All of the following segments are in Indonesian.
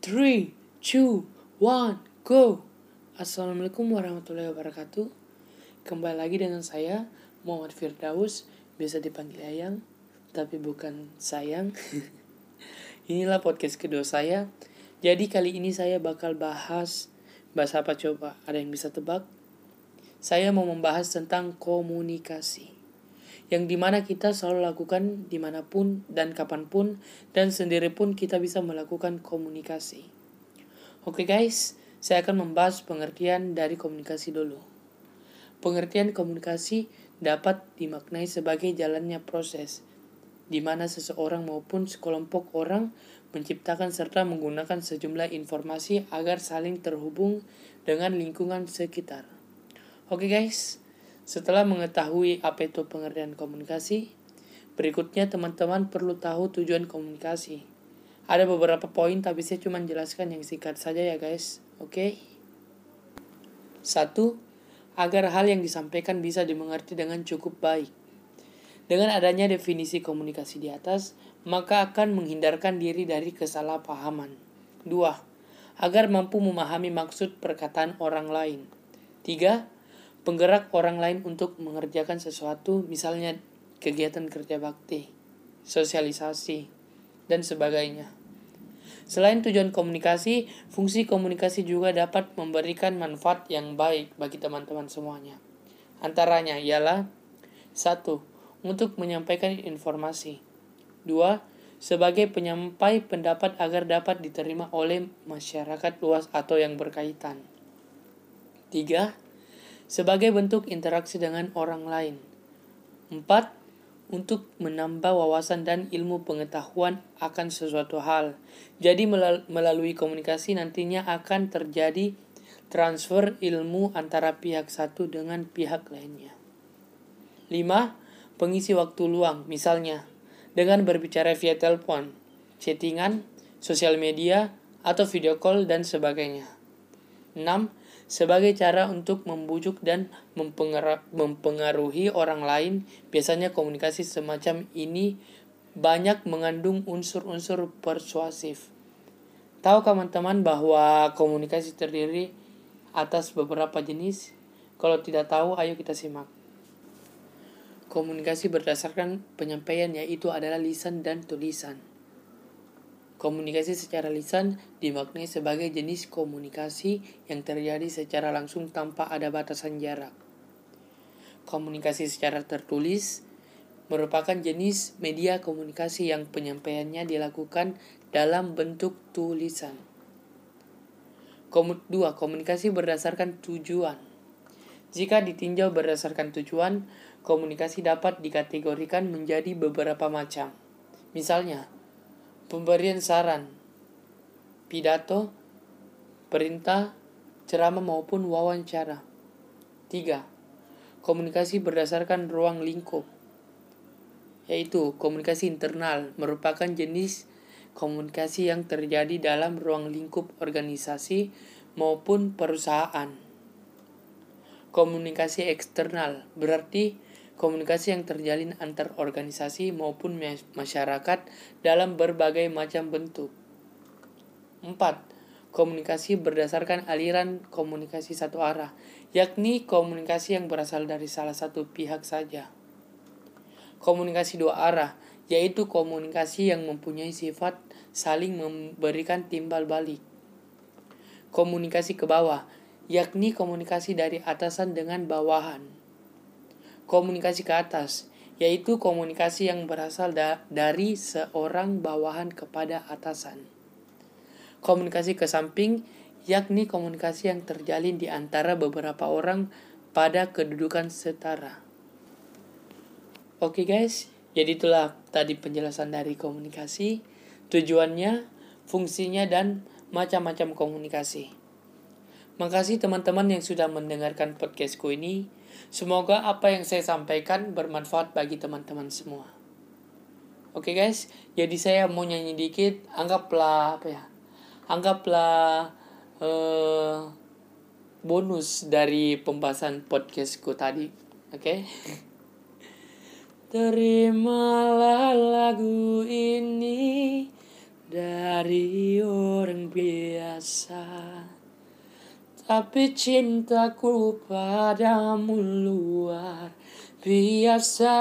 3, 2, 1, go. Assalamualaikum warahmatullahi wabarakatuh. Kembali lagi dengan saya Muhammad Firdaus, biasa dipanggil Ayang, tapi bukan sayang. Inilah podcast kedua saya. Jadi kali ini saya bakal bahas apa coba? Ada yang bisa tebak? Saya mau membahas tentang komunikasi, yang dimana kita selalu lakukan dimanapun dan kapanpun, dan sendiri pun kita bisa melakukan komunikasi. Oke guys, saya akan membahas pengertian dari komunikasi dulu. Pengertian komunikasi dapat dimaknai sebagai jalannya proses, di mana seseorang maupun sekelompok orang menciptakan serta menggunakan sejumlah informasi agar saling terhubung dengan lingkungan sekitar. Oke guys, setelah mengetahui apa itu pengertian komunikasi, berikutnya teman-teman perlu tahu tujuan komunikasi. Ada beberapa poin tapi saya cuma jelaskan yang singkat saja ya guys. Oke. 1. Agar hal yang disampaikan bisa dimengerti dengan cukup baik. Dengan adanya definisi komunikasi di atas, maka akan menghindarkan diri dari kesalahpahaman. 2. Agar mampu memahami maksud perkataan orang lain. 3. Penggerak orang lain untuk mengerjakan sesuatu, misalnya kegiatan kerja bakti, sosialisasi, dan sebagainya. Selain tujuan komunikasi, fungsi komunikasi juga dapat memberikan manfaat yang baik bagi teman-teman semuanya. Antaranya ialah 1. Untuk menyampaikan informasi. 2. Sebagai penyampai pendapat agar dapat diterima oleh masyarakat luas atau yang berkaitan. 3. Sebagai bentuk interaksi dengan orang lain. 4. Untuk menambah wawasan dan ilmu pengetahuan akan sesuatu hal. Jadi melalui komunikasi nantinya akan terjadi transfer ilmu antara pihak satu dengan pihak lainnya. 5. Pengisi waktu luang, misalnya dengan berbicara via telepon, chattingan, sosial media, atau video call dan sebagainya. 6. Sebagai cara untuk membujuk dan mempengaruhi orang lain, biasanya komunikasi semacam ini banyak mengandung unsur-unsur persuasif. Tahu teman-teman bahwa komunikasi terdiri atas beberapa jenis? Kalau tidak tahu, ayo kita simak. Komunikasi berdasarkan penyampaian, yaitu adalah lisan dan tulisan. Komunikasi secara lisan dimaknai sebagai jenis komunikasi yang terjadi secara langsung tanpa ada batasan jarak. Komunikasi secara tertulis merupakan jenis media komunikasi yang penyampaiannya dilakukan dalam bentuk tulisan. 2. Komunikasi berdasarkan tujuan. Jika ditinjau berdasarkan tujuan, komunikasi dapat dikategorikan menjadi beberapa macam. Misalnya, pemberian saran, pidato, perintah, ceramah maupun wawancara. 3. Komunikasi berdasarkan ruang lingkup, yaitu komunikasi internal, merupakan jenis komunikasi yang terjadi dalam ruang lingkup organisasi maupun perusahaan. Komunikasi eksternal berarti komunikasi yang terjalin antar organisasi maupun masyarakat dalam berbagai macam bentuk. 4. Komunikasi berdasarkan aliran komunikasi satu arah, yakni komunikasi yang berasal dari salah satu pihak saja. Komunikasi dua arah, yaitu komunikasi yang mempunyai sifat saling memberikan timbal balik. Komunikasi ke bawah, yakni komunikasi dari atasan dengan bawahan. Komunikasi ke atas, yaitu komunikasi yang berasal dari seorang bawahan kepada atasan. Komunikasi ke samping, yakni komunikasi yang terjalin di antara beberapa orang pada kedudukan setara. Oke guys, jadi itulah tadi penjelasan dari komunikasi, tujuannya, fungsinya, dan macam-macam komunikasi. Makasih teman-teman yang sudah mendengarkan podcastku ini. Semoga apa yang saya sampaikan bermanfaat bagi teman-teman semua. Oke guys, jadi saya mau nyanyi dikit. Anggaplah bonus dari pembahasan podcastku tadi. Oke. Terimalah lagu ini dari orang biasa. Tapi cintaku padamu luar biasa.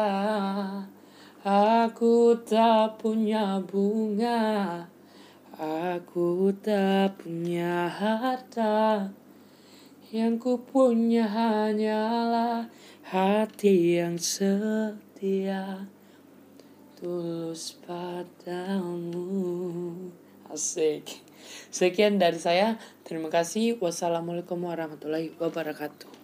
Aku tak punya bunga, aku tak punya harta. Yang ku punya hanyalah hati yang setia, tulus padamu. Asik. Sekian dari saya. Terima kasih. Wassalamualaikum warahmatullahi wabarakatuh.